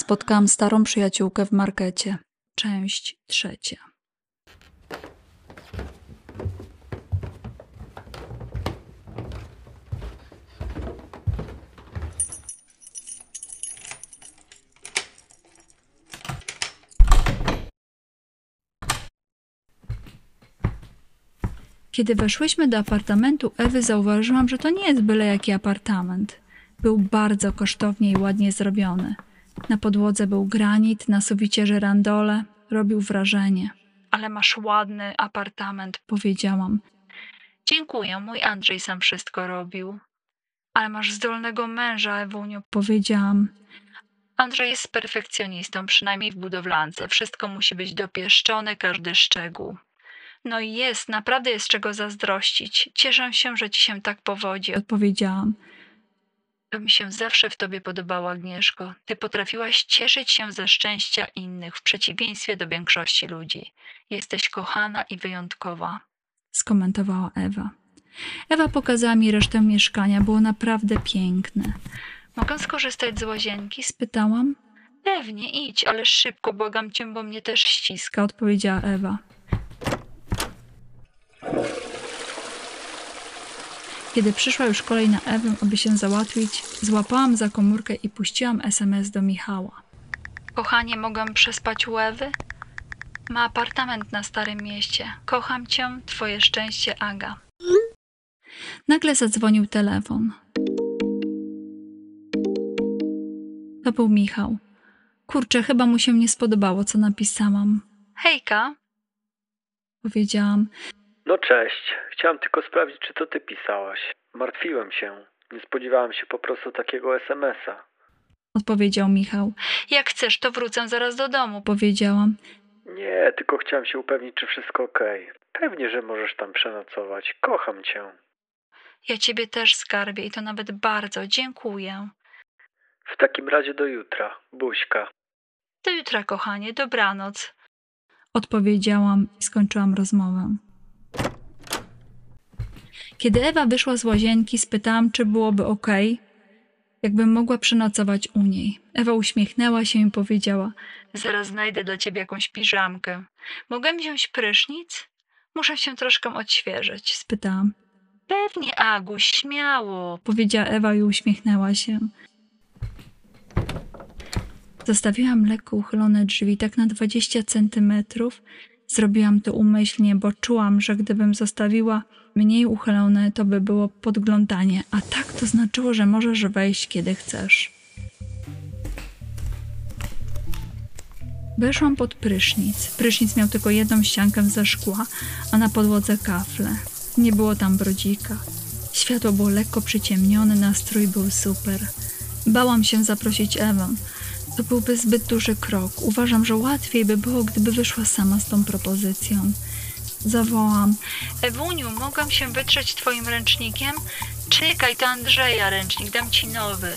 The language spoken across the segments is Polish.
spotkałam starą przyjaciółkę w markecie. Część 3. Kiedy weszłyśmy do apartamentu Ewy, zauważyłam, że to nie jest byle jaki apartament. Był bardzo kosztownie i ładnie zrobiony. Na podłodze był granit, na suficie żyrandole. Robił wrażenie. Ale masz ładny apartament, powiedziałam. Dziękuję, mój Andrzej sam wszystko robił. Ale masz zdolnego męża, Ewuniu, powiedziałam. Andrzej jest perfekcjonistą, przynajmniej w budowlance. Wszystko musi być dopieszczone, każdy szczegół. No i jest, naprawdę jest czego zazdrościć. Cieszę się, że ci się tak powodzi, odpowiedziałam. To mi się zawsze w tobie podobało, Agnieszko. Ty potrafiłaś cieszyć się ze szczęścia innych, w przeciwieństwie do większości ludzi. Jesteś kochana i wyjątkowa, skomentowała Ewa. Ewa pokazała mi resztę mieszkania, było naprawdę piękne. Mogę skorzystać z łazienki? Spytałam. Pewnie, idź, ale szybko, błagam cię, bo mnie też ściska, odpowiedziała Ewa. Kiedy przyszła już kolej na Ewę, aby się załatwić, złapałam za komórkę i puściłam SMS do Michała. Kochanie, mogę przespać u Ewy? Ma apartament na Starym Mieście. Kocham cię, twoje szczęście, Aga. Nagle zadzwonił telefon. To był Michał. Kurczę, chyba mu się nie spodobało, co napisałam. Hejka, powiedziałam. No cześć. Chciałam tylko sprawdzić, czy to ty pisałaś. Martwiłem się. Nie spodziewałam się po prostu takiego SMS-a. Odpowiedział Michał. Jak chcesz, to wrócę zaraz do domu, powiedziałam. Nie, tylko chciałam się upewnić, czy wszystko okej. Pewnie, że możesz tam przenocować. Kocham cię. Ja ciebie też, skarbie, i to nawet bardzo. Dziękuję. W takim razie do jutra. Buźka. Do jutra, kochanie. Dobranoc. Odpowiedziałam i skończyłam rozmowę. Kiedy Ewa wyszła z łazienki, spytałam, czy byłoby okej, jakbym mogła przenocować u niej. Ewa uśmiechnęła się i powiedziała: zaraz znajdę dla ciebie jakąś piżamkę. Mogę wziąć prysznic? Muszę się troszkę odświeżyć, spytałam. Pewnie, Agu, śmiało, powiedziała Ewa i uśmiechnęła się. Zostawiłam lekko uchylone drzwi, tak na 20 centymetrów. Zrobiłam to umyślnie, bo czułam, że gdybym zostawiła mniej uchylone, to by było podglądanie, a tak to znaczyło, że możesz wejść, kiedy chcesz. Weszłam pod prysznic. Prysznic miał tylko jedną ściankę ze szkła, a na podłodze kafle. Nie było tam brodzika. Światło było lekko przyciemnione, nastrój był super. Bałam się zaprosić Ewę. To byłby zbyt duży krok. Uważam, że łatwiej by było, gdyby wyszła sama z tą propozycją. Zawołam. Ewuniu, mogłam się wytrzeć twoim ręcznikiem? Czekaj, to Andrzeja ręcznik, dam ci nowy.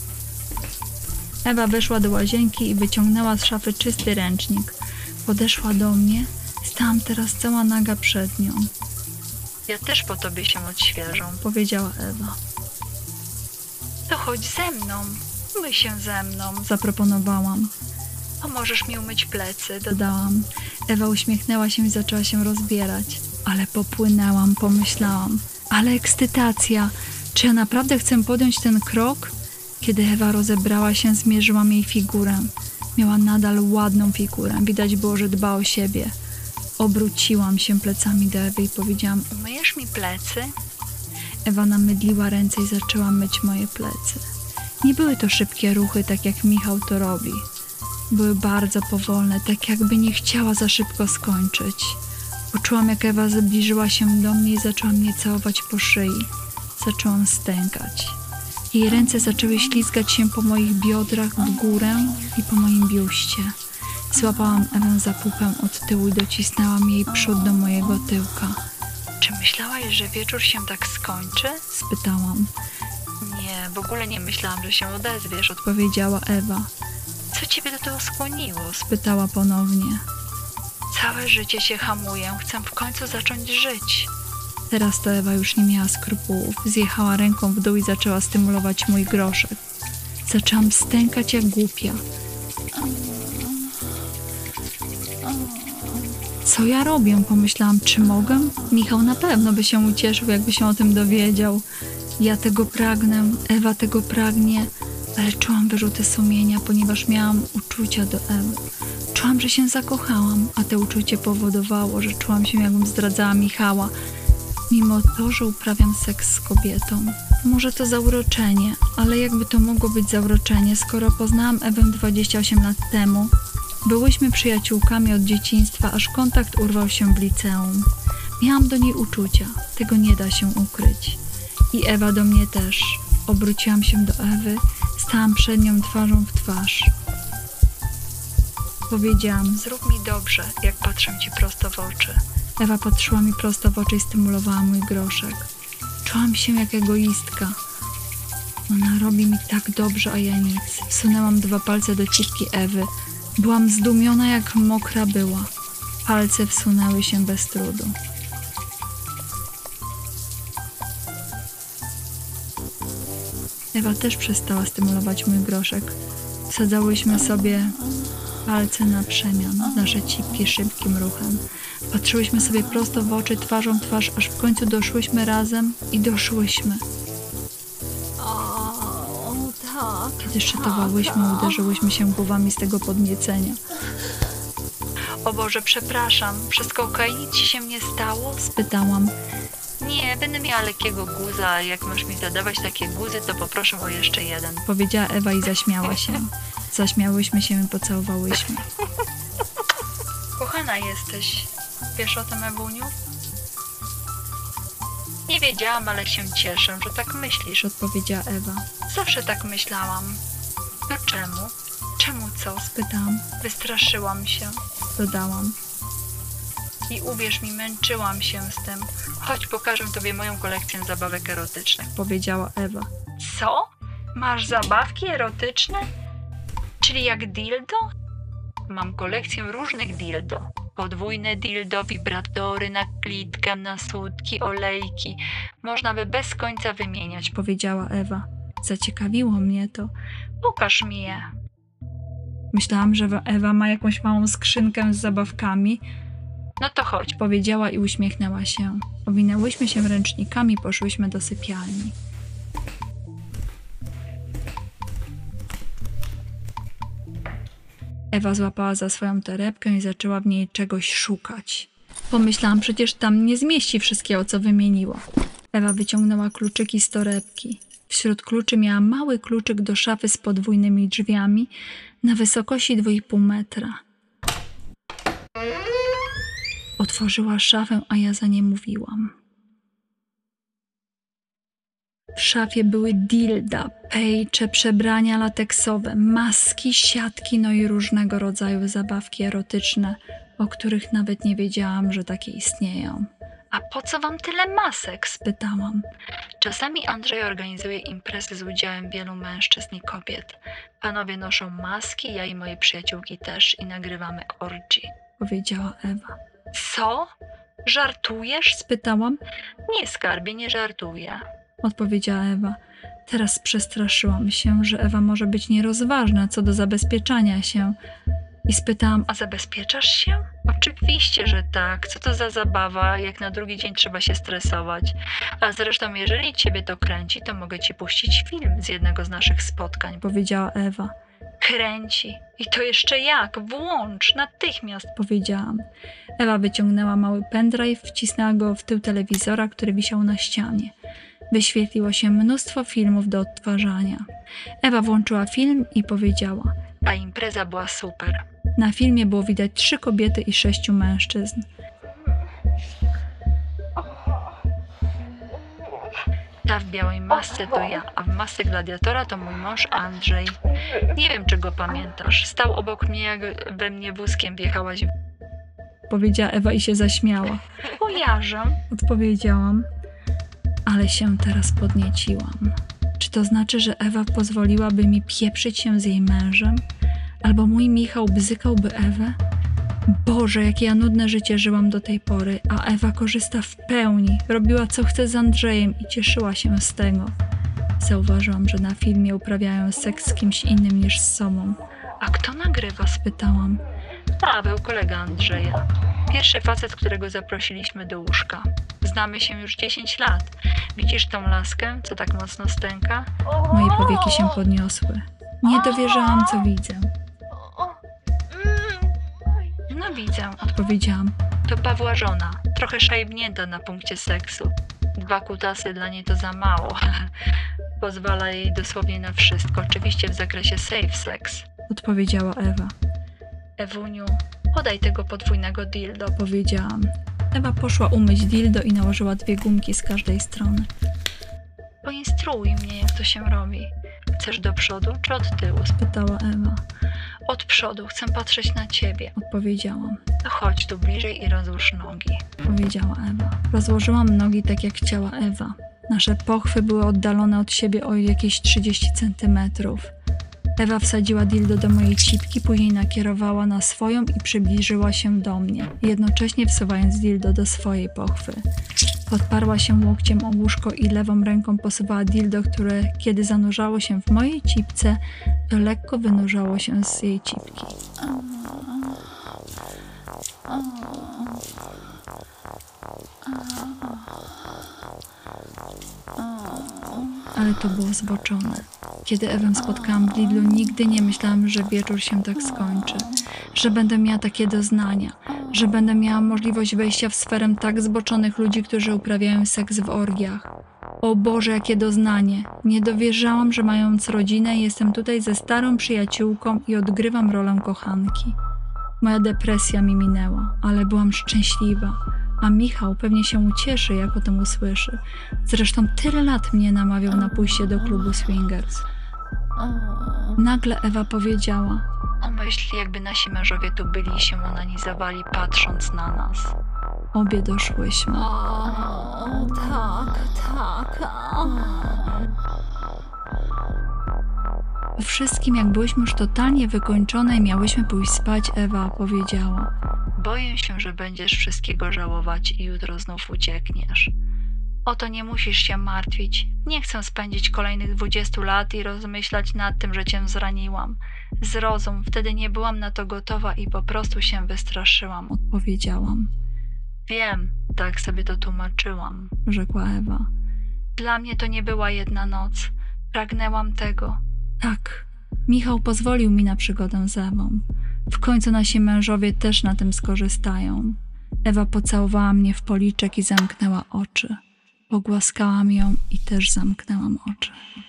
Ewa weszła do łazienki i wyciągnęła z szafy czysty ręcznik. Podeszła do mnie. Stałam teraz cała naga przed nią. Ja też po tobie się odświeżę, powiedziała Ewa. To chodź ze mną. Myj się ze mną, zaproponowałam. Pomożesz mi umyć plecy, dodałam. Ewa uśmiechnęła się i zaczęła się rozbierać. Ale popłynęłam, pomyślałam. Ale ekscytacja. Czy ja naprawdę chcę podjąć ten krok? Kiedy Ewa rozebrała się, zmierzyłam jej figurę. Miała nadal ładną figurę. Widać było, że dba o siebie. Obróciłam się plecami do Ewy i powiedziałam: umyjesz mi plecy? Ewa namydliła ręce i zaczęła myć moje plecy. Nie były to szybkie ruchy, tak jak Michał to robi. Były bardzo powolne, tak jakby nie chciała za szybko skończyć. Poczułam, jak Ewa zbliżyła się do mnie i zaczęła mnie całować po szyi. Zaczęłam stękać. Jej ręce zaczęły ślizgać się po moich biodrach w górę i po moim biuście. Złapałam Ewę za pupę od tyłu i docisnęłam jej przód do mojego tyłka. Czy myślałaś, że wieczór się tak skończy? Spytałam. Nie, w ogóle nie myślałam, że się odezwiesz, odpowiedziała Ewa. Co ciebie do tego skłoniło? Spytała ponownie. Całe życie się hamuję, chcę w końcu zacząć żyć. Teraz to Ewa już nie miała skrupułów. Zjechała ręką w dół i zaczęła stymulować mój groszek. Zaczęłam stękać jak głupia. Co ja robię? Pomyślałam, czy mogę? Michał na pewno by się ucieszył, jakby się o tym dowiedział. Ja tego pragnę, Ewa tego pragnie, ale czułam wyrzuty sumienia, ponieważ miałam uczucia do Ewy. Czułam, że się zakochałam, a to uczucie powodowało, że czułam się, jakbym zdradzała Michała, mimo to, że uprawiam seks z kobietą. Może to zauroczenie, ale jakby to mogło być zauroczenie, skoro poznałam Ewę 28 lat temu. Byłyśmy przyjaciółkami od dzieciństwa, aż kontakt urwał się w liceum. Miałam do niej uczucia, tego nie da się ukryć. I Ewa do mnie też. Obróciłam się do Ewy, stałam przed nią twarzą w twarz. Powiedziałam, zrób mi dobrze, jak patrzę ci prosto w oczy. Ewa patrzyła mi prosto w oczy i stymulowała mój groszek. Czułam się jak egoistka. Ona robi mi tak dobrze, a ja nic. Wsunęłam 2 palce do cipki Ewy. Byłam zdumiona, jak mokra była. Palce wsunęły się bez trudu. Ewa też przestała stymulować mój groszek. Wsadzałyśmy sobie palce na przemian, nasze cipki szybkim ruchem. Patrzyłyśmy sobie prosto w oczy, twarzą w twarz, aż w końcu doszłyśmy razem i doszłyśmy. Tak. Kiedy szczytowałyśmy, uderzyłyśmy się głowami z tego podniecenia. O Boże, przepraszam, wszystko okej? Nic ci się nie stało? Spytałam. Nie, będę miała lekkiego guza, a jak masz mi zadawać takie guzy, to poproszę o jeszcze jeden. Powiedziała Ewa i zaśmiała się. Zaśmiałyśmy się i pocałowałyśmy. Kochana jesteś. Wiesz o tym, Ewuniu? Nie wiedziałam, ale się cieszę, że tak myślisz, odpowiedziała Ewa. Zawsze tak myślałam. No czemu? Czemu co? Spytałam. Wystraszyłam się, dodałam. I uwierz mi, męczyłam się z tym. Chodź, pokażę tobie moją kolekcję zabawek erotycznych, powiedziała Ewa. Co? Masz zabawki erotyczne? Czyli jak dildo? Mam kolekcję różnych dildo. Podwójne dildo, wibratory na klitkę, na sutki, olejki. Można by bez końca wymieniać, powiedziała Ewa. Zaciekawiło mnie to. Pokaż mi je. Myślałam, że Ewa ma jakąś małą skrzynkę z zabawkami. No to chodź, powiedziała i uśmiechnęła się. Owinęłyśmy się ręcznikami, poszłyśmy do sypialni. Ewa złapała za swoją torebkę i zaczęła w niej czegoś szukać. Pomyślałam, przecież tam nie zmieści wszystkiego, co wymieniła. Ewa wyciągnęła kluczyki z torebki. Wśród kluczy miała mały kluczyk do szafy z podwójnymi drzwiami na wysokości 2,5 metra. Otworzyła szafę, a ja za nie mówiłam. W szafie były dilda, pejcze, przebrania lateksowe, maski, siatki, no i różnego rodzaju zabawki erotyczne, o których nawet nie wiedziałam, że takie istnieją. A po co wam tyle masek? Spytałam. Czasami Andrzej organizuje imprezy z udziałem wielu mężczyzn i kobiet. Panowie noszą maski, ja i moje przyjaciółki też i nagrywamy orgy, powiedziała Ewa. Co? Żartujesz? Spytałam. Nie, skarbie, nie żartuję, odpowiedziała Ewa. Teraz przestraszyłam się, że Ewa może być nierozważna co do zabezpieczania się. I spytałam, a zabezpieczasz się? Oczywiście, że tak. Co to za zabawa, jak na drugi dzień trzeba się stresować. A zresztą, jeżeli ciebie to kręci, to mogę ci puścić film z jednego z naszych spotkań, powiedziała Ewa. Kręci. I to jeszcze jak? Włącz, natychmiast, powiedziałam. Ewa wyciągnęła mały pendrive, wcisnęła go w tył telewizora, który wisiał na ścianie. Wyświetliło się mnóstwo filmów do odtwarzania. Ewa włączyła film i powiedziała: a impreza była super. Na filmie było widać 3 kobiety i 6 mężczyzn. Ta w białej masce to ja, a w masce gladiatora to mój mąż Andrzej. Nie wiem, czy go pamiętasz. Stał obok mnie, jak we mnie wózkiem wjechałaś, powiedziała Ewa i się zaśmiała. Kojarzę, odpowiedziałam. Ale się teraz podnieciłam. Czy to znaczy, że Ewa pozwoliłaby mi pieprzyć się z jej mężem? Albo mój Michał bzykałby Ewę? Boże, jakie ja nudne życie żyłam do tej pory, a Ewa korzysta w pełni, robiła co chce z Andrzejem i cieszyła się z tego. Zauważyłam, że na filmie uprawiają seks z kimś innym niż z sobą. A kto nagrywa? Spytałam. Paweł, kolega Andrzeja. Pierwszy facet, którego zaprosiliśmy do łóżka. Znamy się już 10 lat. Widzisz tą laskę, co tak mocno stęka? Moje powieki się podniosły. Nie dowierzałam, co widzę. No widzę, odpowiedziałam. To Pawła żona, trochę szajbnięta na punkcie seksu. 2 kutasy dla niej to za mało. Pozwala jej dosłownie na wszystko, oczywiście w zakresie safe sex, odpowiedziała Ewa. Ewuniu, podaj tego podwójnego dildo, powiedziałam. Ewa poszła umyć dildo i nałożyła 2 gumki z każdej strony. Poinstruuj mnie, jak to się robi. Chcesz do przodu czy od tyłu? Spytała Ewa. Od przodu, chcę patrzeć na ciebie, odpowiedziałam. To chodź tu bliżej i rozłóż nogi, powiedziała Ewa. Rozłożyłam nogi tak, jak chciała Ewa. Nasze pochwy były oddalone od siebie o jakieś 30 centymetrów. Ewa wsadziła dildo do mojej cipki, później nakierowała na swoją i przybliżyła się do mnie, jednocześnie wsuwając dildo do swojej pochwy. Podparła się łokciem o łóżko i lewą ręką posuwała dildo, które, kiedy zanurzało się w mojej cipce, to lekko wynurzało się z jej cipki. Ale to było zboczone. Kiedy Ewę spotkałam w Lidlu, nigdy nie myślałam, że wieczór się tak skończy. Że będę miała takie doznania. Że będę miała możliwość wejścia w sferę tak zboczonych ludzi, którzy uprawiają seks w orgiach. O Boże, jakie doznanie! Nie dowierzałam, że mając rodzinę, jestem tutaj ze starą przyjaciółką i odgrywam rolę kochanki. Moja depresja mi minęła, ale byłam szczęśliwa. A Michał pewnie się ucieszy, jak o tym usłyszy. Zresztą tyle lat mnie namawiał na pójście do klubu swingers. Nagle Ewa powiedziała: Pomyśl, jakby nasi mężowie tu byli i się onanizowali, patrząc na nas. Obie doszłyśmy. Tak. Po wszystkim, jak byłyśmy już totalnie wykończone i miałyśmy pójść spać, Ewa powiedziała: Boję się, że będziesz wszystkiego żałować i jutro znów uciekniesz. Oto nie musisz się martwić. Nie chcę spędzić kolejnych 20 lat i rozmyślać nad tym, że cię zraniłam. Zrozum, wtedy nie byłam na to gotowa i po prostu się wystraszyłam, odpowiedziałam. Wiem, tak sobie to tłumaczyłam, rzekła Ewa. Dla mnie to nie była jedna noc. Pragnęłam tego. Tak, Michał pozwolił mi na przygodę z Ewą. W końcu nasi mężowie też na tym skorzystają. Ewa pocałowała mnie w policzek i zamknęła oczy. Pogłaskałam ją i też zamknęłam oczy.